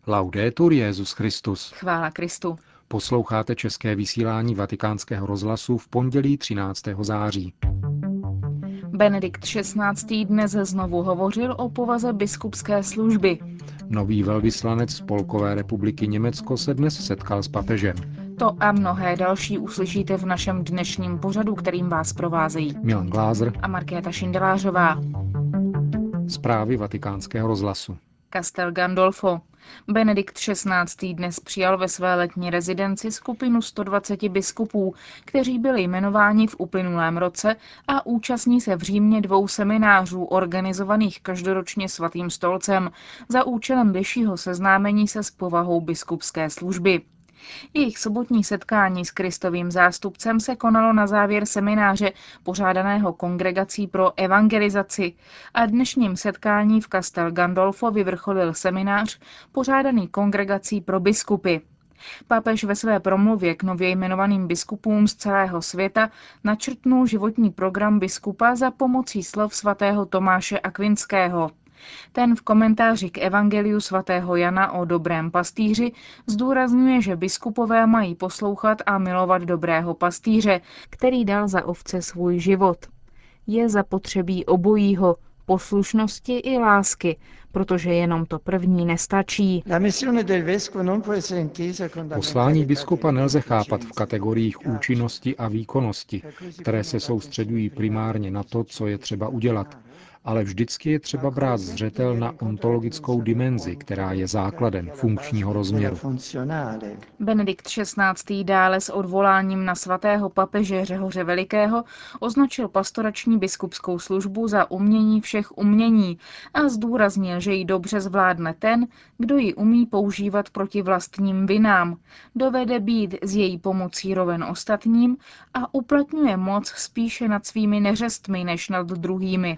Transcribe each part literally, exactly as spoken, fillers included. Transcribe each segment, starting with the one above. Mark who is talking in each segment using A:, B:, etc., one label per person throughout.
A: Laudetur Jesus Christus.
B: Chvála Kristu.
A: Posloucháte české vysílání Vatikánského rozhlasu v pondělí třináctého září.
B: Benedikt šestnáctý. dnes znovu hovořil o povaze biskupské služby.
A: Nový velvyslanec Spolkové republiky Německo se dnes setkal s papežem.
B: To a mnohé další uslyšíte v našem dnešním pořadu, kterým vás provázejí
A: Milan Glázer
B: a Markéta Šindelářová.
A: Zprávy Vatikánského rozhlasu.
B: Castel Gandolfo. Benedikt šestnáctý. dnes přijal ve své letní rezidenci skupinu sto dvacet biskupů, kteří byli jmenováni v uplynulém roce a účastní se v Římě dvou seminářů organizovaných každoročně Svatým stolcem za účelem bližšího seznámení se s povahou biskupské služby. Jejich sobotní setkání s Kristovým zástupcem se konalo na závěr semináře pořádaného Kongregací pro evangelizaci a dnešním setkání v Castel Gandolfo vyvrcholil seminář pořádaný Kongregací pro biskupy. Papež ve své promluvě k nově jmenovaným biskupům z celého světa načrtnul životní program biskupa za pomocí slov svatého Tomáše Akvinského. Ten v komentáři k evangeliu svatého Jana o dobrém pastýři zdůrazňuje, že biskupové mají poslouchat a milovat dobrého pastýře, který dal za ovce svůj život. Je zapotřebí obojího, poslušnosti i lásky, protože jenom to první nestačí.
A: Poslání biskupa nelze chápat v kategoriích účinnosti a výkonnosti, které se soustředují primárně na to, co je třeba udělat, ale vždycky je třeba brát zřetel na ontologickou dimenzi, která je základem funkčního rozměru.
B: Benedikt šestnáctý. dále s odvoláním na svatého papeže Řehoře Velikého označil pastorační biskupskou službu za umění všech umění a zdůraznil, že ji dobře zvládne ten, kdo ji umí používat proti vlastním vinám, dovede být s její pomocí roven ostatním a uplatňuje moc spíše nad svými neřestmi než nad druhými.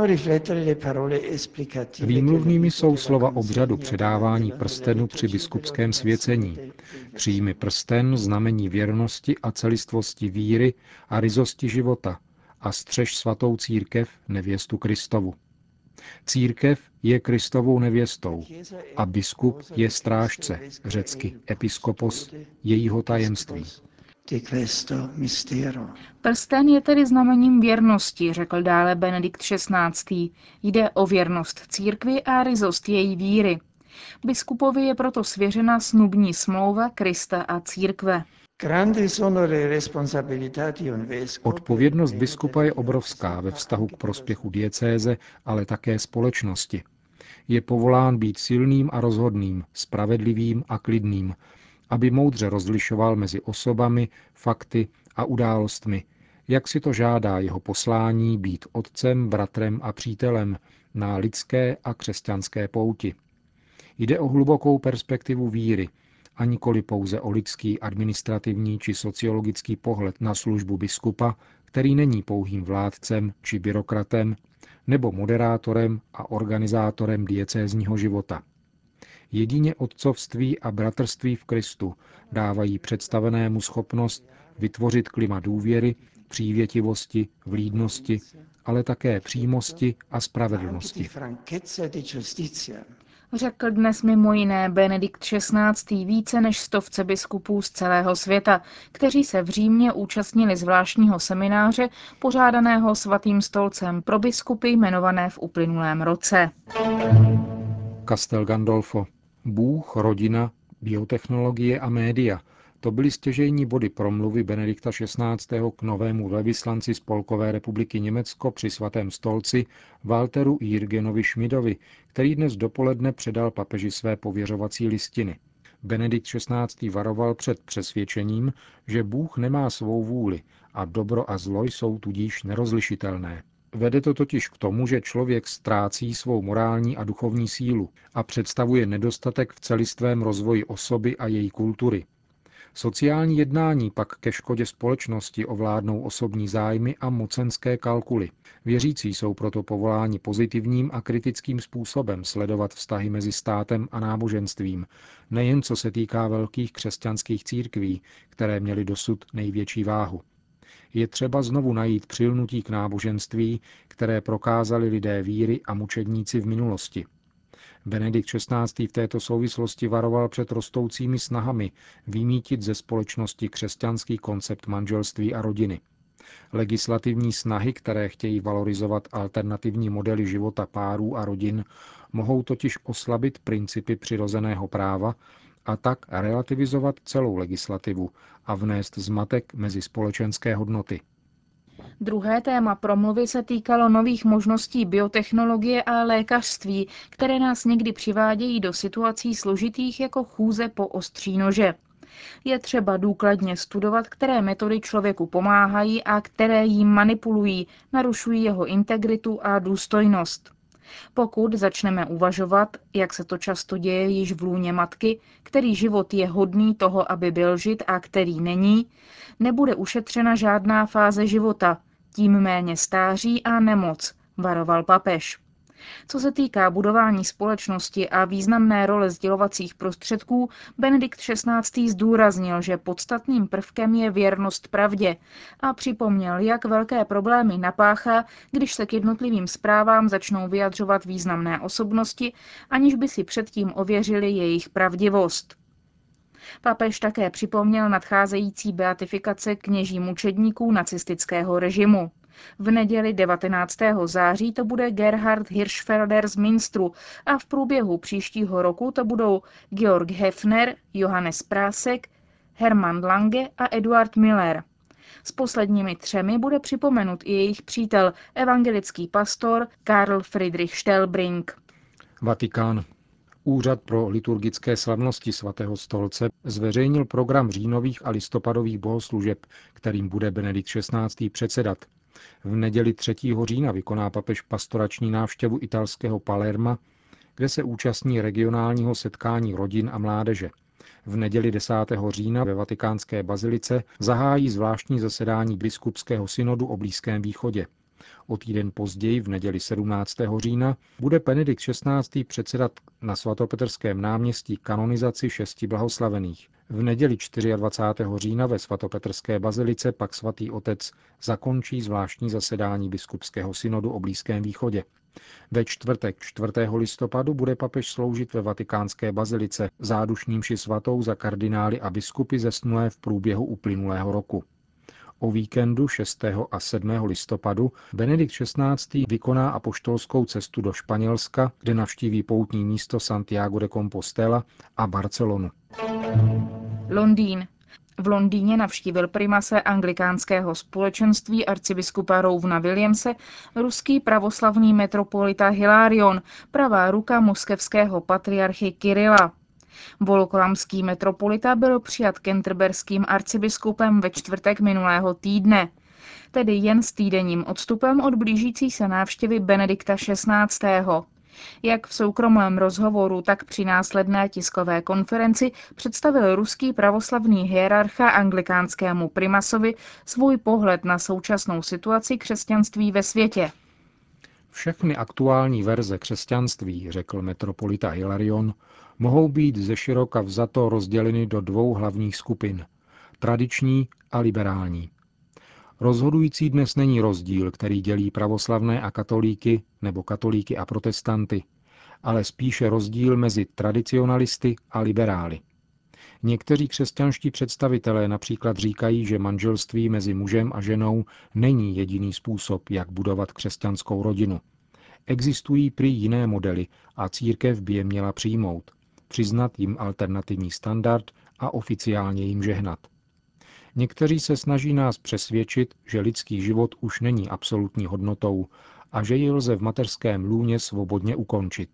A: Výmluvnými jsou slova obřadu předávání prstenu při biskupském svěcení. Přijmi prsten, znamení věrnosti a celistvosti víry a ryzosti života a střež svatou církev, nevěstu Kristovu. Církev je Kristovou nevěstou a biskup je strážce, řecky episkopos, jejího tajemství.
B: Prsten je tedy znamením věrnosti, řekl dále Benedikt šestnáctý. Jde o věrnost církvi a ryzost její víry. Biskupovi je proto svěřena snubní smlouva Krista a církve.
A: Odpovědnost biskupa je obrovská ve vztahu k prospěchu diecéze, ale také společnosti. Je povolán být silným a rozhodným, spravedlivým a klidným, aby moudře rozlišoval mezi osobami, fakty a událostmi, jak si to žádá jeho poslání být otcem, bratrem a přítelem na lidské a křesťanské pouti. Jde o hlubokou perspektivu víry, a nikoli pouze o lidský, administrativní či sociologický pohled na službu biskupa, který není pouhým vládcem či byrokratem, nebo moderátorem a organizátorem diecézního života. Jedině otcovství a bratrství v Kristu dávají představenému schopnost vytvořit klima důvěry, přívětivosti, vlídnosti, ale také přímosti a spravedlnosti.
B: Řekl dnes mimo jiné Benedikt šestnáctý. více než stovce biskupů z celého světa, kteří se v Římě účastnili zvláštního semináře pořádaného Svatým stolcem pro biskupy jmenované v uplynulém roce.
A: Castel Gandolfo. Bůh, rodina, biotechnologie a média. To byly stěžejní body promluvy Benedikta šestnáctého. k novému velvyslanci Spolkové republiky Německo při Svatém stolci Walteru Jürgenovi Schmidovi, který dnes dopoledne předal papeži své pověřovací listiny. Benedikt šestnáctý. varoval před přesvědčením, že Bůh nemá svou vůli a dobro a zlo jsou tudíž nerozlišitelné. Vede to totiž k tomu, že člověk ztrácí svou morální a duchovní sílu a představuje nedostatek v celistvém rozvoji osoby a její kultury. Sociální jednání pak ke škodě společnosti ovládnou osobní zájmy a mocenské kalkuly. Věřící jsou proto povoláni pozitivním a kritickým způsobem sledovat vztahy mezi státem a náboženstvím, nejen co se týká velkých křesťanských církví, které měly dosud největší váhu. Je třeba znovu najít přilnutí k náboženství, které prokázali lidé víry a mučedníci v minulosti. Benedikt šestnáctý. v této souvislosti varoval před rostoucími snahami vymýtit ze společnosti křesťanský koncept manželství a rodiny. Legislativní snahy, které chtějí valorizovat alternativní modely života párů a rodin, mohou totiž oslabit principy přirozeného práva a tak relativizovat celou legislativu a vnést zmatek mezi společenské hodnoty.
B: Druhé téma promluvy se týkalo nových možností biotechnologie a lékařství, které nás někdy přivádějí do situací složitých jako chůze po ostří nože. Je třeba důkladně studovat, které metody člověku pomáhají a které jím manipulují, narušují jeho integritu a důstojnost. Pokud začneme uvažovat, jak se to často děje již v lůně matky, který život je hodný toho, aby byl žit a který není, nebude ušetřena žádná fáze života, tím méně stáří a nemoc, varoval papež. Co se týká budování společnosti a významné role sdělovacích prostředků, Benedikt šestnáctý. Zdůraznil, že podstatným prvkem je věrnost pravdě a připomněl, jak velké problémy napáchá, když se k jednotlivým zprávám začnou vyjadřovat významné osobnosti, aniž by si předtím ověřili jejich pravdivost. Papež také připomněl nadcházející beatifikace kněží mučedníků nacistického režimu. V neděli devatenáctého září to bude Gerhard Hirschfelder z Münstru a v průběhu příštího roku to budou Georg Hefner, Johannes Prásek, Hermann Lange a Eduard Müller. S posledními třemi bude připomenut i jejich přítel, evangelický pastor Karl Friedrich Stellbrink.
A: Vatikán. Úřad pro liturgické slavnosti svatého stolce zveřejnil program říjnových a listopadových bohoslužeb, kterým bude Benedikt šestnáctý. předsedat. V neděli třetího října vykoná papež pastorační návštěvu italského Palerma, kde se účastní regionálního setkání rodin a mládeže. V neděli desátého října ve vatikánské bazilice zahájí zvláštní zasedání biskupského synodu o Blízkém východě. O týden později, v neděli sedmnáctého října, bude Benedikt šestnáctý. předsedat na svatopetrském náměstí kanonizaci šesti blahoslavených. V neděli dvacátého čtvrtého října ve svatopetrské bazilice pak svatý otec zakončí zvláštní zasedání biskupského synodu o Blízkém východě. Ve čtvrtek čtvrtého listopadu bude papež sloužit ve vatikánské bazilice zádušní mši svatou za kardinály a biskupy zesnulé v průběhu uplynulého roku. O víkendu šestého a sedmého listopadu Benedikt šestnáctý. vykoná apoštolskou cestu do Španělska, kde navštíví poutní místo Santiago de Compostela a Barcelonu.
B: Londýn. V Londýně navštívil primase anglikánského společenství arcibiskupa Rowena Williamse ruský pravoslavný metropolita Hilarion, pravá ruka moskevského patriarchy Kirila. Voloklamský metropolita byl přijat canterberským arcibiskupem ve čtvrtek minulého týdne, tedy jen s týdenním odstupem od blížící se návštěvy Benedikta šestnáctého. Jak v soukromém rozhovoru, tak při následné tiskové konferenci představil ruský pravoslavný hierarcha anglikánskému primasovi svůj pohled na současnou situaci křesťanství ve světě.
A: Všechny aktuální verze křesťanství, řekl metropolita Hilarion, mohou být zeširoka vzato rozděleny do dvou hlavních skupin – tradiční a liberální. Rozhodující dnes není rozdíl, který dělí pravoslavné a katolíky nebo katolíky a protestanty, ale spíše rozdíl mezi tradicionalisty a liberály. Někteří křesťanští představitelé například říkají, že manželství mezi mužem a ženou není jediný způsob, jak budovat křesťanskou rodinu. Existují prý jiné modely a církev by je měla přijmout, přiznat jim alternativní standard a oficiálně jim žehnat. Někteří se snaží nás přesvědčit, že lidský život už není absolutní hodnotou a že ji lze v mateřském lůně svobodně ukončit.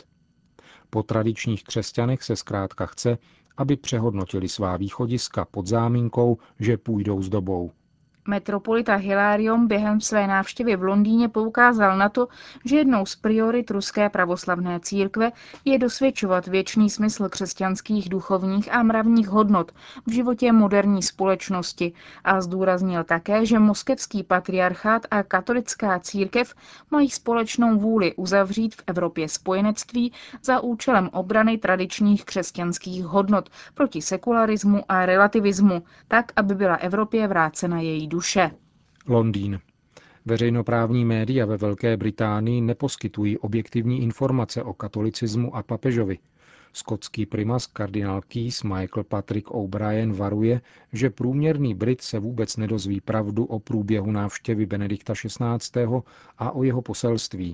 A: Po tradičních křesťanech se zkrátka chce, aby přehodnotili svá východiska pod záminkou, že půjdou s dobou.
B: Metropolita Hilarion během své návštěvy v Londýně poukázal na to, že jednou z priorit ruské pravoslavné církve je dosvědčovat věčný smysl křesťanských duchovních a mravních hodnot v životě moderní společnosti a zdůraznil také, že moskevský patriarchát a katolická církev mají společnou vůli uzavřít v Evropě spojenectví za účelem obrany tradičních křesťanských hodnot proti sekularismu a relativismu, tak, aby byla Evropě vrácena její duše.
A: Londýn. Veřejnoprávní média ve Velké Británii neposkytují objektivní informace o katolicismu a papežovi. Skotský primas kardinál Keys Michael Patrick O'Brien varuje, že průměrný Brit se vůbec nedozví pravdu o průběhu návštěvy Benedikta šestnáctého. a o jeho poselství.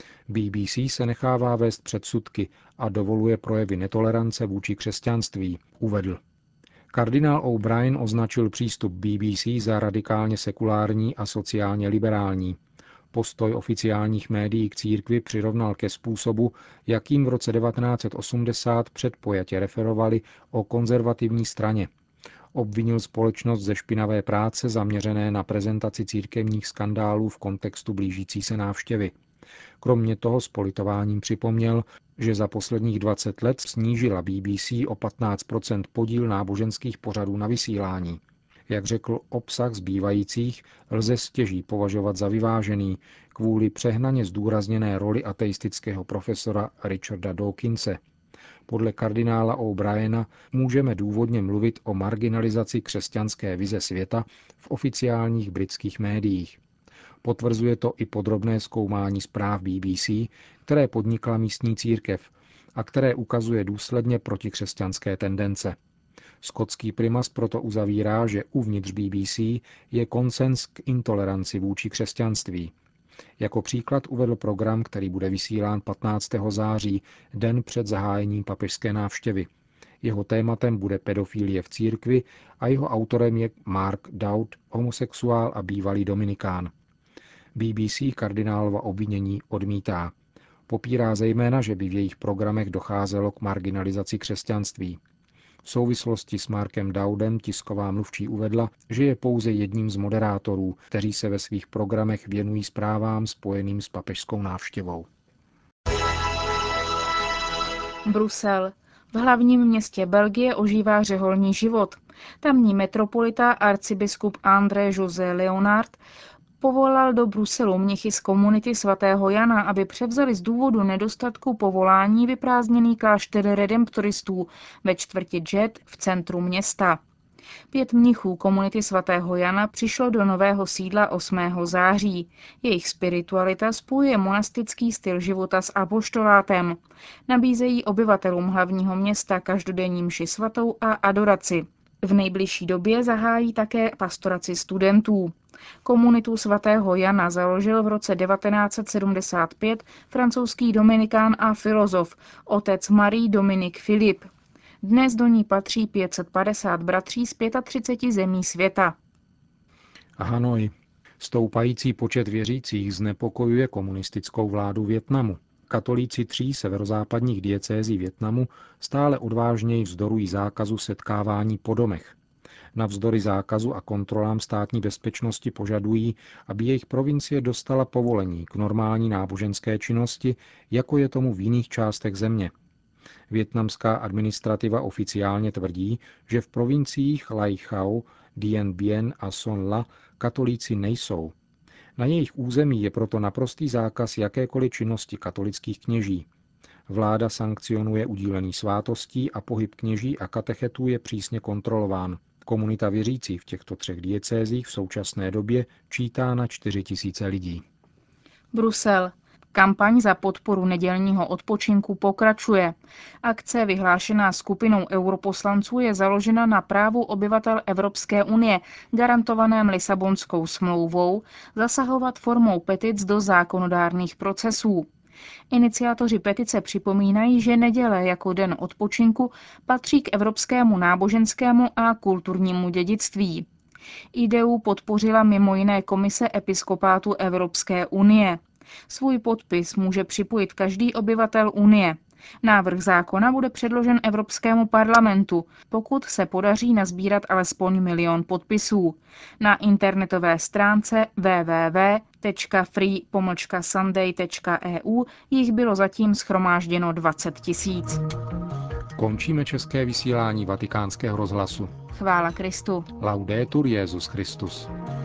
A: B B C se nechává vést předsudky a dovoluje projevy netolerance vůči křesťanství, uvedl. Kardinál O'Brien označil přístup B B C za radikálně sekulární a sociálně liberální. Postoj oficiálních médií k církvi přirovnal ke způsobu, jakým v roce devatenáct set osmdesát předpojatě referovali o konzervativní straně. Obvinil společnost ze špinavé práce zaměřené na prezentaci církevních skandálů v kontextu blížící se návštěvy. Kromě toho s politováním připomněl, že za posledních dvacet let snížila B B C o patnáct procent podíl náboženských pořadů na vysílání. Jak řekl, obsah zbývajících lze stěží považovat za vyvážený kvůli přehnaně zdůrazněné roli ateistického profesora Richarda Dawkinse. Podle kardinála O'Briena můžeme důvodně mluvit o marginalizaci křesťanské vize světa v oficiálních britských médiích. Potvrzuje to i podrobné zkoumání zpráv B B C, které podnikla místní církev a které ukazuje důsledně protikřesťanské tendence. Skotský primas proto uzavírá, že uvnitř B B C je konsens k intoleranci vůči křesťanství. Jako příklad uvedl program, který bude vysílán patnáctého září, den před zahájením papežské návštěvy. Jeho tématem bude pedofilie v církvi a jeho autorem je Mark Dowd, homosexuál a bývalý dominikán. B B C kardinálova obvinění odmítá. Popírá zejména, že by v jejich programech docházelo k marginalizaci křesťanství. V souvislosti s Markem Dowdem tisková mluvčí uvedla, že je pouze jedním z moderátorů, kteří se ve svých programech věnují zprávám spojeným s papežskou návštěvou.
B: Brusel. V hlavním městě Belgie ožívá řeholní život. Tamní metropolita arcibiskup André José Leonard povolal do Bruselu mnichy z komunity svatého Jana, aby převzali z důvodu nedostatku povolání vyprázdněný klášter redemptoristů ve čtvrti Jet v centru města. Pět mnichů komunity svatého Jana přišlo do nového sídla osmého září. Jejich spiritualita spojuje monastický styl života s apoštolátem. Nabízejí obyvatelům hlavního města každodenní mši svatou a adoraci. V nejbližší době zahájí také pastoraci studentů. Komunitu svatého Jana založil v roce devatenáct set sedmdesát pět francouzský dominikán a filozof otec Marie-Dominique Philippe. Dnes do ní patří pět set padesát bratří z třiceti pěti zemí světa.
A: Hanoj. Stoupající počet věřících znepokojuje komunistickou vládu Vietnamu. Katolíci tří severozápadních diecézí Vietnamu stále odvážněji vzdorují zákazu setkávání po domech. Navzdory zákazu a kontrolám státní bezpečnosti požadují, aby jejich provincie dostala povolení k normální náboženské činnosti, jako je tomu v jiných částech země. Vietnamská administrativa oficiálně tvrdí, že v provinciích Lai Chau, Dien Bien a Son La katolíci nejsou. Na jejich území je proto naprostý zákaz jakékoliv činnosti katolických kněží. Vláda sankcionuje udílení svátostí a pohyb kněží a katechetů je přísně kontrolován. Komunita věřící v těchto třech diecézích v současné době čítá na čtyři tisíce lidí.
B: Brusel. Kampaň za podporu nedělního odpočinku pokračuje. Akce vyhlášená skupinou europoslanců je založena na právu obyvatel Evropské unie, garantovaném Lisabonskou smlouvou, zasahovat formou petic do zákonodárných procesů. Iniciátoři petice připomínají, že neděle jako den odpočinku patří k evropskému náboženskému a kulturnímu dědictví. Ideu podpořila mimo jiné Komise episkopátu Evropské unie. Svůj podpis může připojit každý obyvatel Unie. Návrh zákona bude předložen Evropskému parlamentu, pokud se podaří nasbírat alespoň milion podpisů. Na internetové stránce w w w tečka free pomlčka sunday tečka e u jich bylo zatím shromážděno dvacet tisíc.
A: Končíme české vysílání Vatikánského rozhlasu.
B: Chvála Kristu.
A: Laudetur Jesus Christus.